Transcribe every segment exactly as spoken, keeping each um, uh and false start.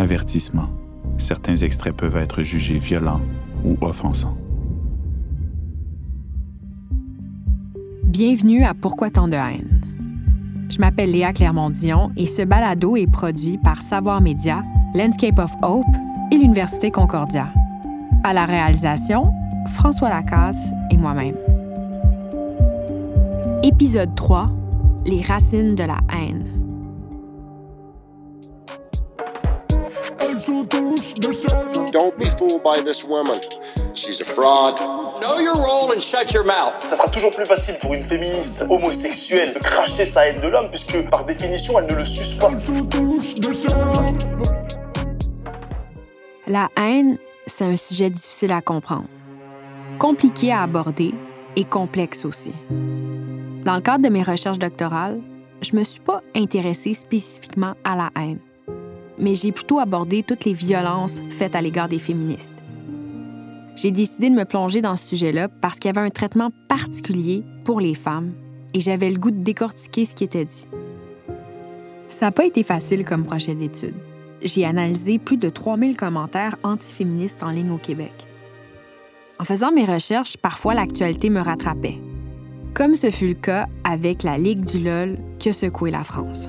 Avertissement. Certains extraits peuvent être jugés violents ou offensants. Bienvenue à Pourquoi tant de haine? Je m'appelle Léa Clermont-Dion et ce balado est produit par Savoir Média, Landscape of Hope et l'Université Concordia. À la réalisation, François Lacasse et moi-même. Épisode trois, les racines de la haine. Don't be fooled by this woman. She's a fraud. Know your role and shut your mouth. Ça sera toujours plus facile pour une féministe homosexuelle de cracher sa haine de l'homme, puisque par définition, elle ne le suce pas. La haine, c'est un sujet difficile à comprendre, compliqué à aborder et complexe aussi. Dans le cadre de mes recherches doctorales, je me suis pas intéressée spécifiquement à la haine, mais j'ai plutôt abordé toutes les violences faites à l'égard des féministes. J'ai décidé de me plonger dans ce sujet-là parce qu'il y avait un traitement particulier pour les femmes et j'avais le goût de décortiquer ce qui était dit. Ça n'a pas été facile comme projet d'étude. J'ai analysé plus de trois mille commentaires antiféministes en ligne au Québec. En faisant mes recherches, parfois l'actualité me rattrapait, comme ce fut le cas avec la Ligue du L O L qui a secoué la France.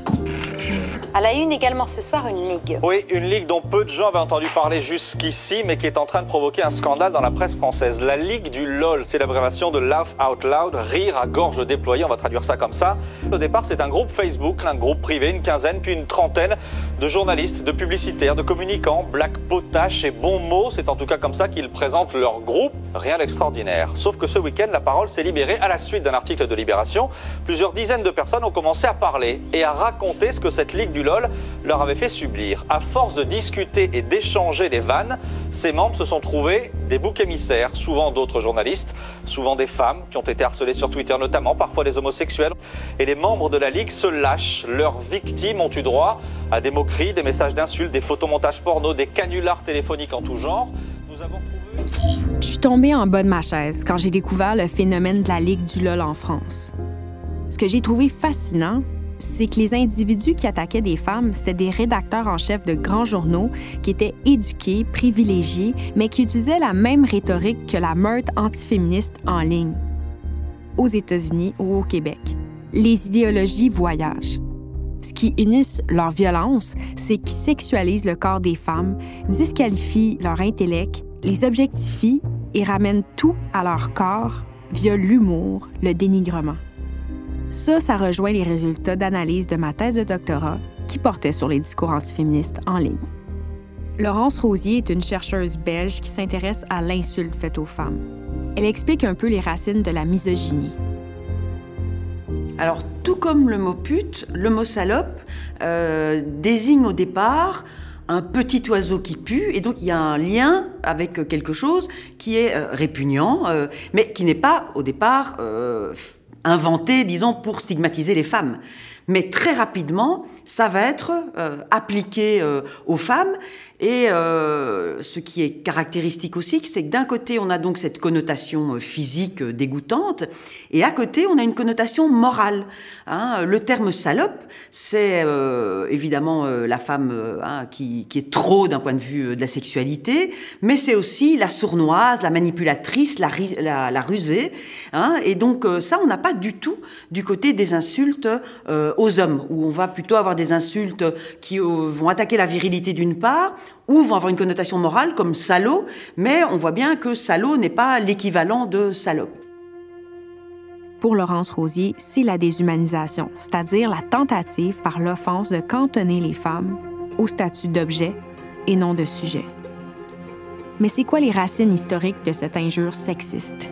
À la une également ce soir, une ligue. Oui, une ligue dont peu de gens avaient entendu parler jusqu'ici, mais qui est en train de provoquer un scandale dans la presse française. La Ligue du L O L, c'est l'abréviation de Laugh Out Loud, rire à gorge déployée, on va traduire ça comme ça. Au départ, c'est un groupe Facebook, un groupe privé, une quinzaine, puis une trentaine de journalistes, de publicitaires, de communicants, Black Potache et Bon Mot, c'est en tout cas comme ça qu'ils présentent leur groupe. Rien d'extraordinaire. Sauf que ce week-end, la parole s'est libérée à la suite d'un article de Libération. Plusieurs dizaines de personnes ont commencé à parler et à raconter ce que cette Ligue du L O L leur avait fait subir. À force de discuter et d'échanger les vannes, ces membres se sont trouvés des boucs émissaires, souvent d'autres journalistes, souvent des femmes qui ont été harcelées sur Twitter notamment, parfois des homosexuels. Et les membres de la Ligue se lâchent. Leurs victimes ont eu droit à des moqueries, des messages d'insultes, des photomontages porno, des canulars téléphoniques en tout genre. Nous avons trouvé... Je suis tombée en bas de ma chaise quand j'ai découvert le phénomène de la Ligue du L O L en France. Ce que j'ai trouvé fascinant, c'est que les individus qui attaquaient des femmes, c'était des rédacteurs en chef de grands journaux qui étaient éduqués, privilégiés, mais qui utilisaient la même rhétorique que la meute antiféministe en ligne, aux États-Unis ou au Québec. Les idéologies voyagent. Ce qui unisse leur violence, c'est qu'ils sexualisent le corps des femmes, disqualifient leur intellect, les objectifient et ramènent tout à leur corps via l'humour, le dénigrement. Ça, ça rejoint les résultats d'analyse de ma thèse de doctorat qui portait sur les discours antiféministes en ligne. Laurence Rosier est une chercheuse belge qui s'intéresse à l'insulte faite aux femmes. Elle explique un peu les racines de la misogynie. Alors, tout comme le mot pute, le mot salope euh, désigne au départ un petit oiseau qui pue, et donc il y a un lien avec quelque chose qui est euh, répugnant, euh, mais qui n'est pas, au départ, euh, inventé, disons, pour stigmatiser les femmes. Mais très rapidement, ça va être euh, appliqué euh, aux femmes. Et euh, ce qui est caractéristique aussi, c'est que d'un côté, on a donc cette connotation physique dégoûtante, et à côté, on a une connotation morale. Hein. Le terme salope, c'est euh, évidemment euh, la femme euh, hein, qui, qui est trop d'un point de vue de la sexualité, mais c'est aussi la sournoise, la manipulatrice, la, la, la rusée. Hein. Et donc euh, ça, on n'a pas du tout du côté des insultes euh, aux hommes, où on va plutôt avoir des insultes qui euh, vont attaquer la virilité d'une part, ou vont avoir une connotation morale comme salaud, mais on voit bien que salaud n'est pas l'équivalent de salope. Pour Laurence Rosier, c'est la déshumanisation, c'est-à-dire la tentative par l'offense de cantonner les femmes au statut d'objet et non de sujet. Mais c'est quoi les racines historiques de cette injure sexiste?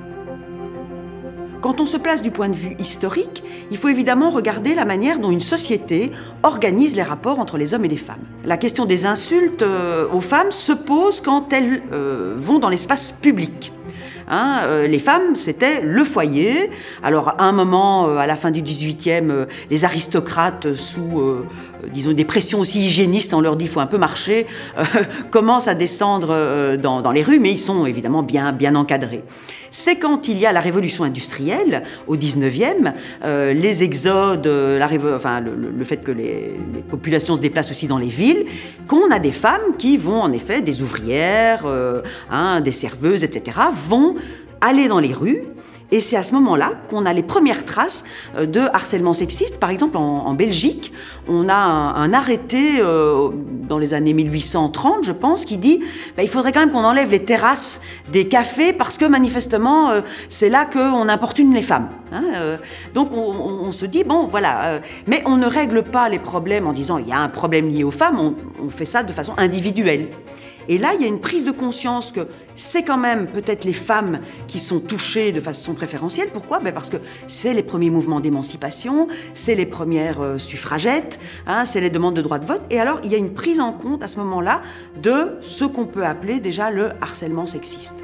Quand on se place du point de vue historique, il faut évidemment regarder la manière dont une société organise les rapports entre les hommes et les femmes. La question des insultes euh, aux femmes se pose quand elles euh, vont dans l'espace public. Hein, euh, les femmes, c'était le foyer. Alors, à un moment, euh, à la fin du dix-huitième, euh, les aristocrates, sous, euh, disons, des pressions aussi hygiénistes, on leur dit il faut un peu marcher, euh, commencent à descendre euh, dans, dans les rues, mais ils sont évidemment bien, bien encadrés. C'est quand il y a la révolution industrielle, au dix-neuvième, euh, les exodes, la révo- enfin, le, le fait que les, les populations se déplacent aussi dans les villes, qu'on a des femmes qui vont, en effet, des ouvrières, euh, hein, des serveuses, et cetera, vont aller dans les rues. Et c'est à ce moment-là qu'on a les premières traces de harcèlement sexiste. Par exemple, en, en Belgique, on a un, un arrêté euh, dans les années mille huit cent trente, je pense, qui dit bah, il faudrait quand même qu'on enlève les terrasses des cafés parce que manifestement, euh, c'est là qu'on importune les femmes. Hein, euh, donc on, on, on se dit, bon, voilà. Euh, mais on ne règle pas les problèmes en disant il y a un problème lié aux femmes, on, on fait ça de façon individuelle. Et là, il y a une prise de conscience que c'est quand même peut-être les femmes qui sont touchées de façon préférentielle. Pourquoi ? Ben parce que c'est les premiers mouvements d'émancipation, c'est les premières euh, suffragettes, hein, c'est les demandes de droit de vote. Et alors, il y a une prise en compte à ce moment-là de ce qu'on peut appeler déjà le harcèlement sexiste.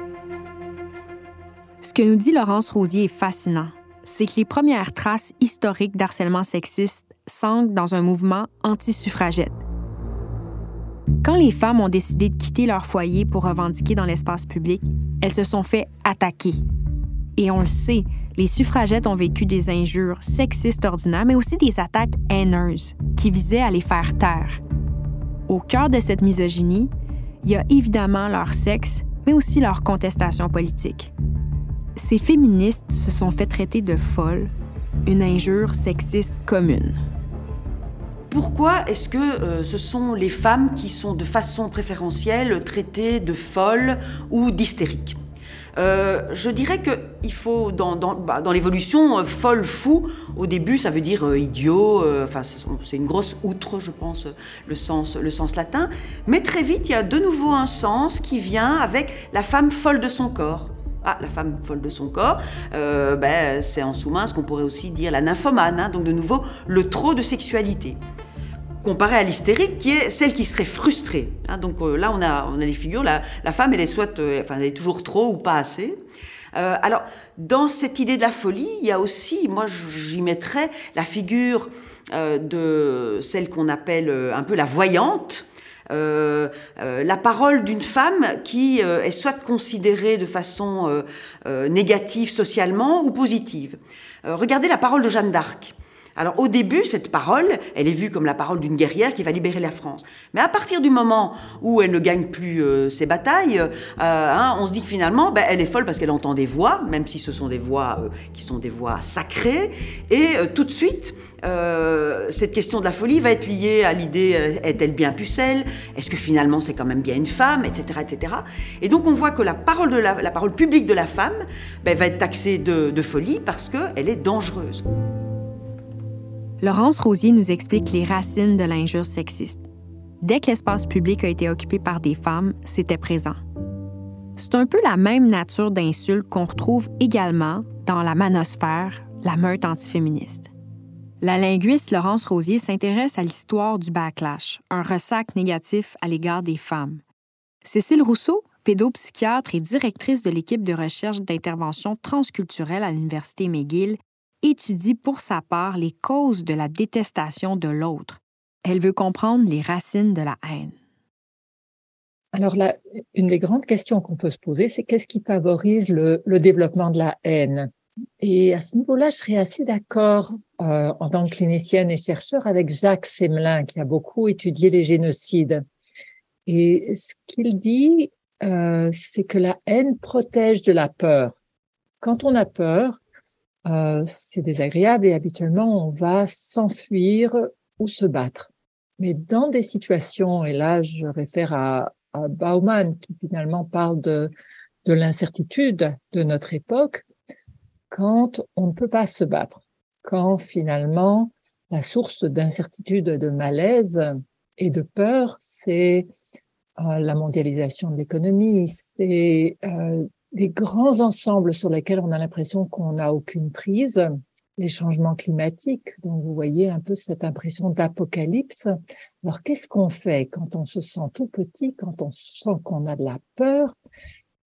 Ce que nous dit Laurence Rosier est fascinant. C'est que les premières traces historiques d'harcèlement sexiste s'ancrent dans un mouvement anti-suffragette. Quand les femmes ont décidé de quitter leur foyer pour revendiquer dans l'espace public, elles se sont fait attaquer. Et on le sait, les suffragettes ont vécu des injures sexistes ordinaires, mais aussi des attaques haineuses qui visaient à les faire taire. Au cœur de cette misogynie, il y a évidemment leur sexe, mais aussi leur contestation politique. Ces féministes se sont fait traiter de folles, une injure sexiste commune. Pourquoi est-ce que euh, ce sont les femmes qui sont de façon préférentielle traitées de folles ou d'hystériques ? Euh, je dirais qu'il faut, dans, dans, bah, dans l'évolution, euh, folle, fou, au début, ça veut dire euh, idiot, euh, enfin, c'est une grosse outre, je pense, le sens, le sens latin. Mais très vite, il y a de nouveau un sens qui vient avec la femme folle de son corps. Ah, la femme folle de son corps, euh, ben, c'est en sous-main ce qu'on pourrait aussi dire la nymphomane, hein, donc de nouveau, le trop de sexualité. Comparé à l'hystérique, qui est celle qui serait frustrée. Hein, donc euh, là, on a, on a les figures. La, la femme, elle est soit, euh, enfin, elle est toujours trop ou pas assez. Euh, alors, dans cette idée de la folie, il y a aussi, moi, j'y mettrais la figure euh, de celle qu'on appelle euh, un peu la voyante. Euh, euh, la parole d'une femme qui euh, est soit considérée de façon euh, euh, négative socialement ou positive. Euh, regardez la parole de Jeanne d'Arc. Alors au début, cette parole, elle est vue comme la parole d'une guerrière qui va libérer la France. Mais à partir du moment où elle ne gagne plus euh, ses batailles, euh, hein, on se dit que finalement, ben, elle est folle parce qu'elle entend des voix, même si ce sont des voix euh, qui sont des voix sacrées. Et euh, tout de suite, euh, cette question de la folie va être liée à l'idée euh, est-elle bien pucelle ? Est-ce que finalement c'est quand même bien une femme, et cetera, et cetera. Et donc on voit que la parole de la, la parole publique de la femme ben, va être taxée de, de folie parce qu'elle est dangereuse. Laurence Rosier nous explique les racines de l'injure sexiste. Dès que l'espace public a été occupé par des femmes, c'était présent. C'est un peu la même nature d'insulte qu'on retrouve également dans la manosphère, la meute antiféministe. La linguiste Laurence Rosier s'intéresse à l'histoire du backlash, un ressac négatif à l'égard des femmes. Cécile Rousseau, pédopsychiatre et directrice de l'équipe de recherche d'intervention transculturelle à l'Université McGill, étudie pour sa part les causes de la détestation de l'autre. Elle veut comprendre les racines de la haine. Alors là, une des grandes questions qu'on peut se poser, c'est qu'est-ce qui favorise le, le développement de la haine ? Et à ce niveau-là, je serais assez d'accord euh, en tant que clinicienne et chercheur avec Jacques Semelin, qui a beaucoup étudié les génocides. Et ce qu'il dit, euh, c'est que la haine protège de la peur. Quand on a peur, Euh, c'est désagréable et habituellement on va s'enfuir ou se battre. Mais dans des situations, et là je réfère à, à Bauman qui finalement parle de, de l'incertitude de notre époque, quand on ne peut pas se battre, quand finalement la source d'incertitude, de malaise et de peur, c'est euh, la mondialisation de l'économie, c'est euh, les grands ensembles sur lesquels on a l'impression qu'on n'a aucune prise, les changements climatiques, donc vous voyez un peu cette impression d'apocalypse. Alors qu'est-ce qu'on fait quand on se sent tout petit, quand on sent qu'on a de la peur ?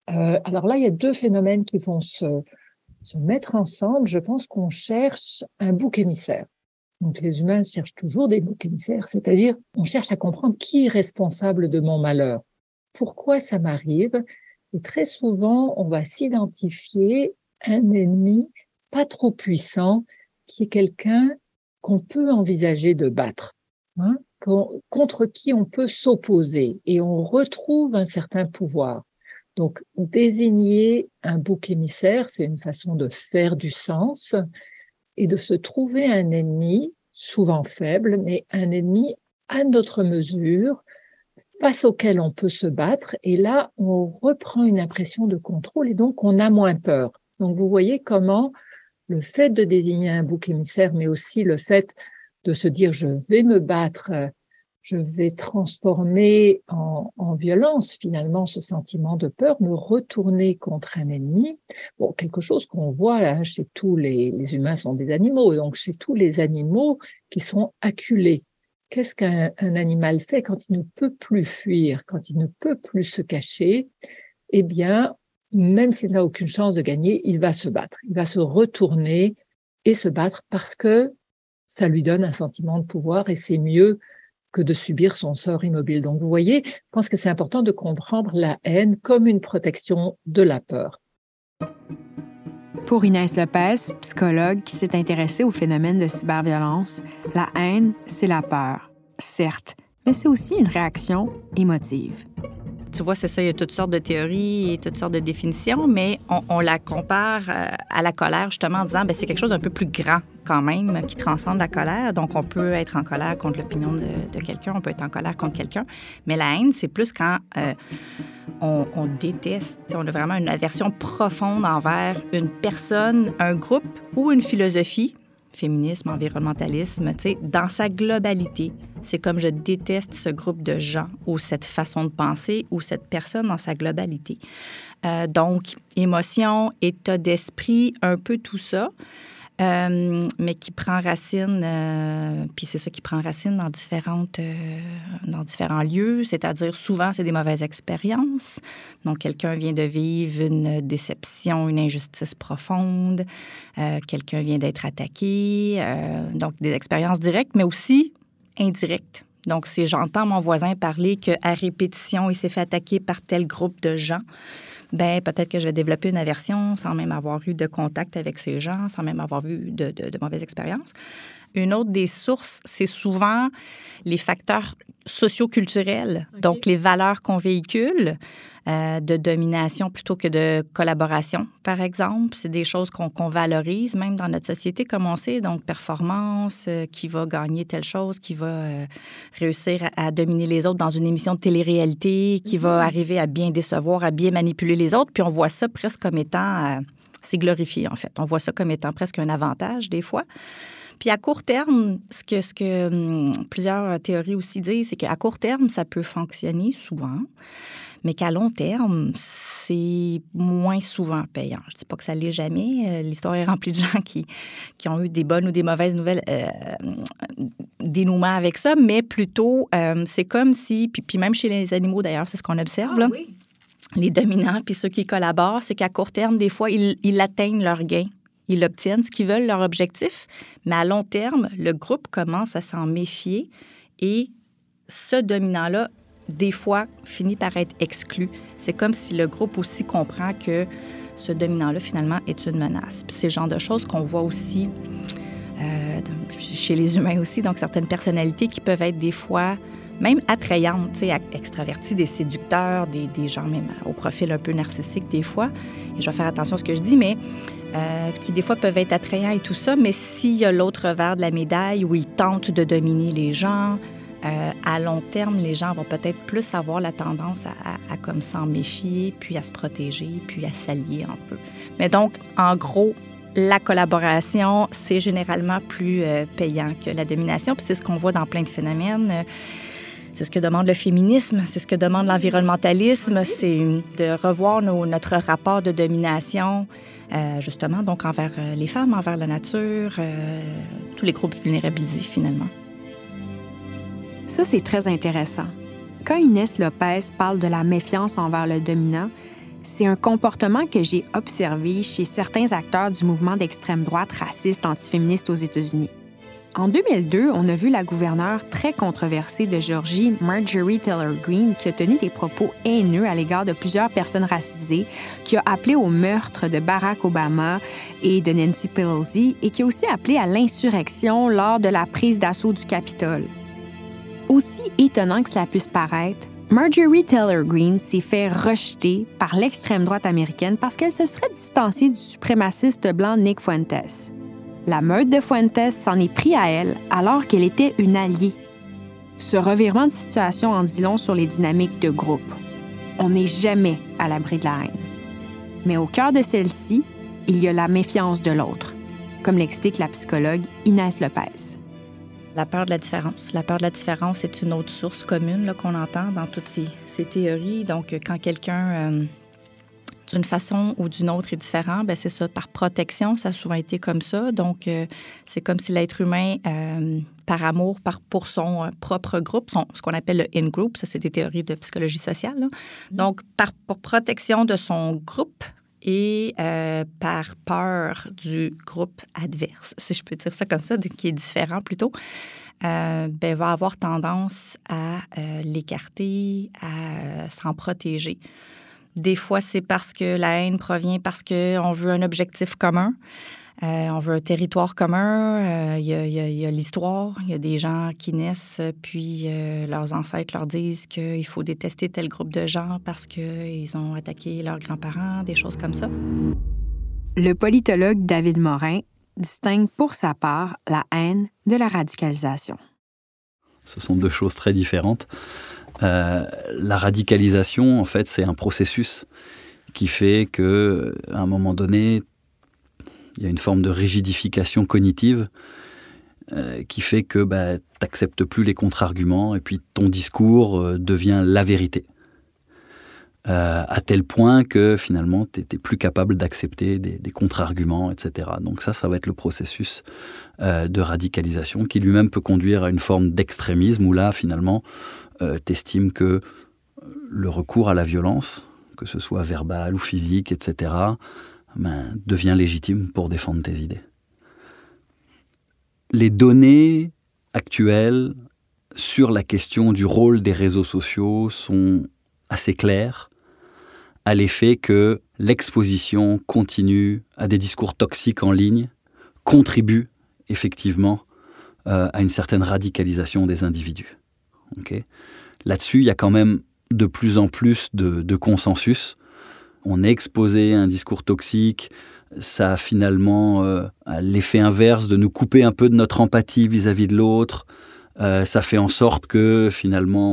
Euh, alors là, il y a deux phénomènes qui vont se, se mettre ensemble. Je pense qu'on cherche un bouc émissaire. Donc les humains cherchent toujours des boucs émissaires, c'est-à-dire on cherche à comprendre qui est responsable de mon malheur. Pourquoi ça m'arrive? Et très souvent, on va s'identifier un ennemi pas trop puissant, qui est quelqu'un qu'on peut envisager de battre, hein, contre qui on peut s'opposer, et on retrouve un certain pouvoir. Donc, désigner un bouc émissaire, c'est une façon de faire du sens et de se trouver un ennemi, souvent faible, mais un ennemi à notre mesure, face auquel on peut se battre, et là, on reprend une impression de contrôle et donc on a moins peur. Donc, vous voyez comment le fait de désigner un bouc émissaire, mais aussi le fait de se dire « je vais me battre », je vais transformer en, en violence, finalement, ce sentiment de peur, me retourner contre un ennemi. Bon, quelque chose qu'on voit hein, chez tous les, les humains sont des animaux, donc chez tous les animaux qui sont acculés. Qu'est-ce qu'un un animal fait quand il ne peut plus fuir, quand il ne peut plus se cacher? Eh bien, même s'il n'a aucune chance de gagner, il va se battre. Il va se retourner et se battre parce que ça lui donne un sentiment de pouvoir et c'est mieux que de subir son sort immobile. Donc, vous voyez, je pense que c'est important de comprendre la haine comme une protection de la peur. Pour Inès Lopez, psychologue qui s'est intéressée au phénomène de cyberviolence, la haine, c'est la peur, certes, mais c'est aussi une réaction émotive. Tu vois, c'est ça, il y a toutes sortes de théories et toutes sortes de définitions, mais on, on la compare à la colère, justement, en disant que c'est quelque chose d'un peu plus grand, quand même, qui transcende la colère. Donc, on peut être en colère contre l'opinion de, de quelqu'un, on peut être en colère contre quelqu'un, mais la haine, c'est plus quand euh, on, on déteste, on a vraiment une aversion profonde envers une personne, un groupe ou une philosophie, féminisme, environnementalisme, tu sais, dans sa globalité. C'est comme je déteste ce groupe de gens ou cette façon de penser ou cette personne dans sa globalité. Euh, donc, émotion, état d'esprit, un peu tout ça, euh, mais qui prend racine, euh, puis c'est ça qui prend racine dans, différentes, euh, dans différents lieux, c'est-à-dire souvent, c'est des mauvaises expériences. Donc, quelqu'un vient de vivre une déception, une injustice profonde, euh, quelqu'un vient d'être attaqué, euh, donc des expériences directes, mais aussi indirectes. Donc, si j'entends mon voisin parler qu'à répétition, il s'est fait attaquer par tel groupe de gens, bien, peut-être que je vais développer une aversion sans même avoir eu de contact avec ces gens, sans même avoir vu de, de, de mauvaises expériences. Une autre des sources, c'est souvent les facteurs socio-culturels, okay. Donc les valeurs qu'on véhicule, euh, de domination plutôt que de collaboration, par exemple. C'est des choses qu'on, qu'on valorise, même dans notre société, comme on sait. Donc, performance, euh, qui va gagner telle chose, qui va euh, réussir à, à dominer les autres dans une émission de télé-réalité, qui mm-hmm. va arriver à bien décevoir, à bien manipuler les autres. Puis on voit ça presque comme étant... Euh, c'est glorifié, en fait. On voit ça comme étant presque un avantage, des fois. Puis à court terme, ce que, ce que hum, plusieurs théories aussi disent, c'est qu'à court terme, ça peut fonctionner souvent, mais qu'à long terme, c'est moins souvent payant. Je ne dis pas que ça ne l'est jamais. L'histoire est remplie de gens qui, qui ont eu des bonnes ou des mauvaises nouvelles, euh, dénouements avec ça, mais plutôt, euh, c'est comme si, puis, puis même chez les animaux d'ailleurs, c'est ce qu'on observe, ah, là, oui. Les dominants puis ceux qui collaborent, c'est qu'à court terme, des fois, ils, ils atteignent leur gain. Ils obtiennent ce qu'ils veulent, leur objectif, mais à long terme, le groupe commence à s'en méfier et ce dominant-là, des fois, finit par être exclu. C'est comme si le groupe aussi comprend que ce dominant-là, finalement, est une menace. Puis c'est le genre de choses qu'on voit aussi euh, chez les humains aussi, donc certaines personnalités qui peuvent être des fois même attrayantes, tu sais, extraverties, des séducteurs, des, des gens même au profil un peu narcissique des fois. Et je vais faire attention à ce que je dis, mais euh, qui des fois peuvent être attrayants et tout ça, mais s'il y a l'autre revers de la médaille où ils tentent de dominer les gens, euh, à long terme, les gens vont peut-être plus avoir la tendance à, à, à comme s'en méfier, puis à se protéger, puis à s'allier un peu. Mais donc, en gros, la collaboration, c'est généralement plus euh, payant que la domination, puis c'est ce qu'on voit dans plein de phénomènes. C'est ce que demande le féminisme, c'est ce que demande l'environnementalisme, c'est de revoir nos, notre rapport de domination, euh, justement, donc envers les femmes, envers la nature, euh, tous les groupes vulnérabilisés, finalement. Ça, c'est très intéressant. Quand Inès Lopez parle de la méfiance envers le dominant, C'est un comportement que j'ai observé chez certains acteurs du mouvement d'extrême droite raciste antiféministe aux États-Unis. En deux mille deux, on a vu la gouverneure très controversée de Géorgie, Marjorie Taylor Greene, qui a tenu des propos haineux à l'égard de plusieurs personnes racisées, qui a appelé au meurtre de Barack Obama et de Nancy Pelosi et qui a aussi appelé à l'insurrection lors de la prise d'assaut du Capitole. Aussi étonnant que cela puisse paraître, Marjorie Taylor Greene s'est fait rejeter par l'extrême droite américaine parce qu'elle se serait distanciée du suprémaciste blanc Nick Fuentes. La meute de Fuentes s'en est pris à elle alors qu'elle était une alliée. Ce revirement de situation en dit long sur les dynamiques de groupe. On n'est jamais à l'abri de la haine. Mais au cœur de celle-ci, il y a la méfiance de l'autre, comme l'explique la psychologue Inès Lopez. La peur de la différence. La peur de la différence est une autre source commune là, qu'on entend dans toutes ces, ces théories. Donc, quand quelqu'un, euh, d'une façon ou d'une autre, est différent, bien, c'est ça, par protection, ça a souvent été comme ça. Donc, euh, c'est comme si l'être humain, euh, par amour par, pour son euh, propre groupe, son, ce qu'on appelle le in-group, ça, c'est des théories de psychologie sociale, là. Donc, par, pour protection de son groupe, et euh, par peur du groupe adverse, si je peux dire ça comme ça, qui est différent plutôt, euh, ben, va avoir tendance à euh, l'écarter, à euh, s'en protéger. Des fois, c'est parce que la haine provient parce qu'on veut un objectif commun, euh, on veut un territoire commun, il euh, y, y, y a l'histoire, il y a des gens qui naissent, puis euh, leurs ancêtres leur disent qu'il faut détester tel groupe de gens parce qu'ils ont attaqué leurs grands-parents, des choses comme ça. Le politologue David Morin distingue pour sa part la haine de la radicalisation. Ce sont deux choses très différentes. Euh, la radicalisation, en fait, c'est un processus qui fait qu'à un moment donné, il y a une forme de rigidification cognitive euh, qui fait que bah, tu n'acceptes plus les contre-arguments et puis ton discours euh, devient la vérité. Euh, à tel point que finalement, tu n'es plus capable d'accepter des, des contre-arguments, et cetera. Donc ça, ça va être le processus euh, de radicalisation qui lui-même peut conduire à une forme d'extrémisme où là, finalement, euh, tu estimes que le recours à la violence, que ce soit verbal ou physique, et cetera, ben, devient légitime pour défendre tes idées. Les données actuelles sur la question du rôle des réseaux sociaux sont assez claires, à l'effet que l'exposition continue à des discours toxiques en ligne contribue effectivement euh, à une certaine radicalisation des individus. Okay ? Là-dessus, il y a quand même de plus en plus de, de consensus. On est exposé à un discours toxique, ça a finalement euh, l'effet inverse de nous couper un peu de notre empathie vis-à-vis de l'autre. Euh, ça fait en sorte que finalement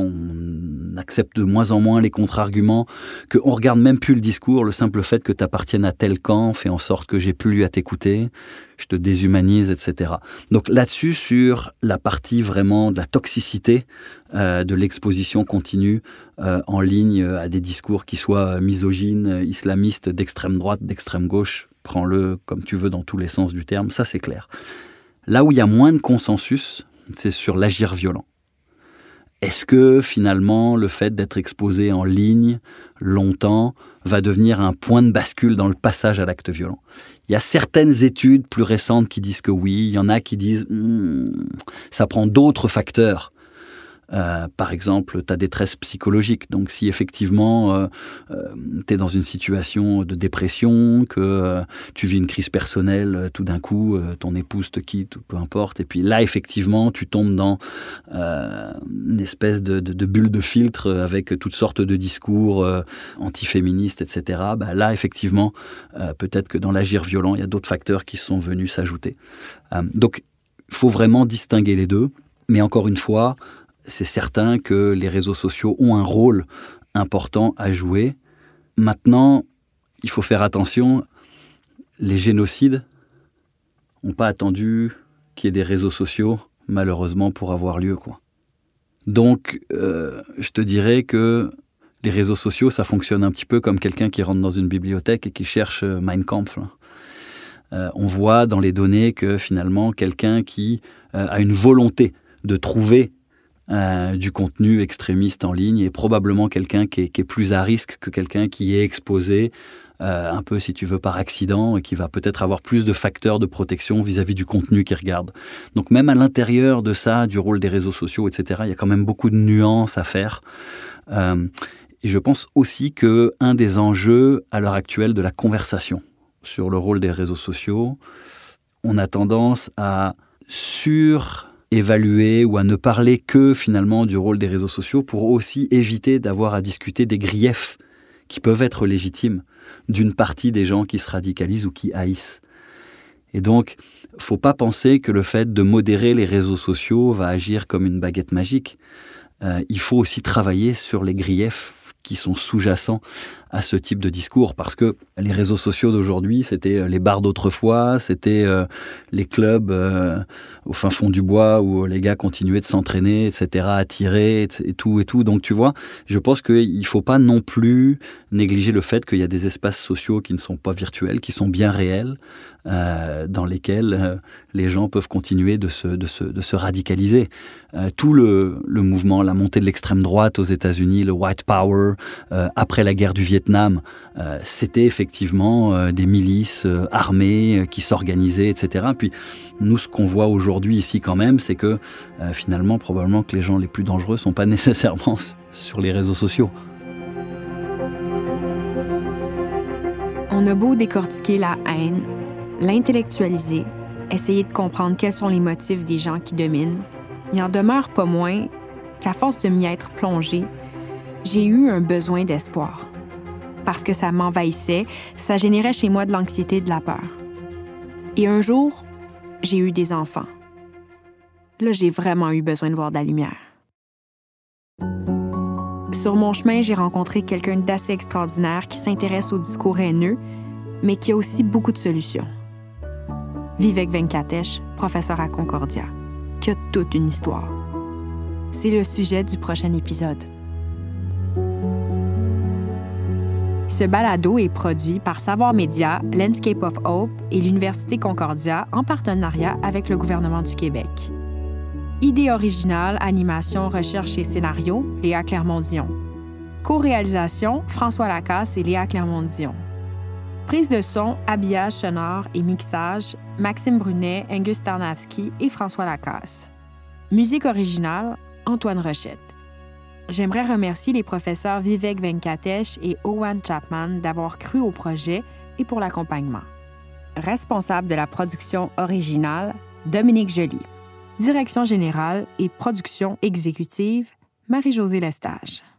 on accepte de moins en moins les contre-arguments, qu'on ne regarde même plus le discours. Le simple fait que tu appartiennes à tel camp fait en sorte que j'ai plus à t'écouter, je te déshumanise, et cetera. Donc là-dessus, sur la partie vraiment de la toxicité, euh, de l'exposition continue euh, en ligne à des discours qui soient misogynes, islamistes, d'extrême droite, d'extrême gauche, prends-le comme tu veux dans tous les sens du terme, ça c'est clair. Là où il y a moins de consensus, c'est sur l'agir violent. Est-ce que finalement le fait d'être exposé en ligne longtemps va devenir un point de bascule dans le passage à l'acte violent ? Il y a certaines études plus récentes qui disent que oui, il y en a qui disent hmm, ça prend d'autres facteurs. Euh, par exemple, ta détresse psychologique. Donc, si effectivement euh, euh, tu es dans une situation de dépression, que euh, tu vis une crise personnelle, euh, tout d'un coup, euh, ton épouse te quitte, ou peu importe, et puis là, effectivement, tu tombes dans euh, une espèce de, de, de bulle de filtre avec toutes sortes de discours euh, antiféministes, et cetera. Bah, là, effectivement, euh, peut-être que dans l'agir violent, il y a d'autres facteurs qui sont venus s'ajouter. Euh, donc, il faut vraiment distinguer les deux. Mais encore une fois, c'est certain que les réseaux sociaux ont un rôle important à jouer. Maintenant, il faut faire attention, les génocides n'ont pas attendu qu'il y ait des réseaux sociaux, malheureusement, pour avoir lieu, quoi. Donc, euh, je te dirais que les réseaux sociaux, ça fonctionne un petit peu comme quelqu'un qui rentre dans une bibliothèque et qui cherche Mein Kampf, là. Euh, on voit dans les données que finalement, quelqu'un qui euh, a une volonté de trouver euh, du contenu extrémiste en ligne est probablement quelqu'un qui est, qui est plus à risque que quelqu'un qui est exposé euh, un peu, si tu veux, par accident et qui va peut-être avoir plus de facteurs de protection vis-à-vis du contenu qu'il regarde. Donc même à l'intérieur de ça, du rôle des réseaux sociaux, et cetera, il y a quand même beaucoup de nuances à faire. Euh, et je pense aussi qu'un des enjeux à l'heure actuelle de la conversation sur le rôle des réseaux sociaux, on a tendance à surévaluer ou à ne parler que finalement du rôle des réseaux sociaux pour aussi éviter d'avoir à discuter des griefs qui peuvent être légitimes d'une partie des gens qui se radicalisent ou qui haïssent. Et donc, il ne faut pas penser que le fait de modérer les réseaux sociaux va agir comme une baguette magique. Euh, il faut aussi travailler sur les griefs qui sont sous-jacents à ce type de discours, parce que les réseaux sociaux d'aujourd'hui, c'était les bars d'autrefois, c'était euh, les clubs euh, au fin fond du bois où les gars continuaient de s'entraîner, et cetera, à tirer, et tout, et tout. Donc, tu vois, je pense qu'il ne faut pas non plus négliger le fait qu'il y a des espaces sociaux qui ne sont pas virtuels, qui sont bien réels, euh, dans lesquels euh, les gens peuvent continuer de se, de se, de se radicaliser. Euh, tout le, le mouvement, la montée de l'extrême droite aux États-Unis, le White Power, euh, après la guerre du Vietnam, euh, c'était effectivement euh, des milices euh, armées euh, qui s'organisaient, et cetera. Puis nous, ce qu'on voit aujourd'hui ici quand même, c'est que euh, finalement, probablement que les gens les plus dangereux ne sont pas nécessairement sur les réseaux sociaux. On a beau décortiquer la haine, l'intellectualiser, essayer de comprendre quels sont les motifs des gens qui dominent, il en demeure pas moins qu'à force de m'y être plongée, j'ai eu un besoin d'espoir. Parce que ça m'envahissait, ça générait chez moi de l'anxiété et de la peur. Et un jour, j'ai eu des enfants. Là, j'ai vraiment eu besoin de voir de la lumière. Sur mon chemin, j'ai rencontré quelqu'un d'assez extraordinaire qui s'intéresse au discours haineux, mais qui a aussi beaucoup de solutions. Vivek Venkatesh, professeur à Concordia, qui a toute une histoire. C'est le sujet du prochain épisode. Ce balado est produit par Savoir Média, Landscape of Hope et l'Université Concordia en partenariat avec le gouvernement du Québec. Idée originale, animation, recherche et scénario, Léa Clermont-Dion. Co-réalisation, François Lacasse et Léa Clermont-Dion. Prise de son, habillage sonore et mixage, Maxime Brunet, Angus Tarnavski et François Lacasse. Musique originale, Antoine Rochette. J'aimerais remercier les professeurs Vivek Venkatesh et Owen Chapman d'avoir cru au projet et pour l'accompagnement. Responsable de la production originale, Dominique Joly. Direction générale et production exécutive, Marie-Josée Lestage.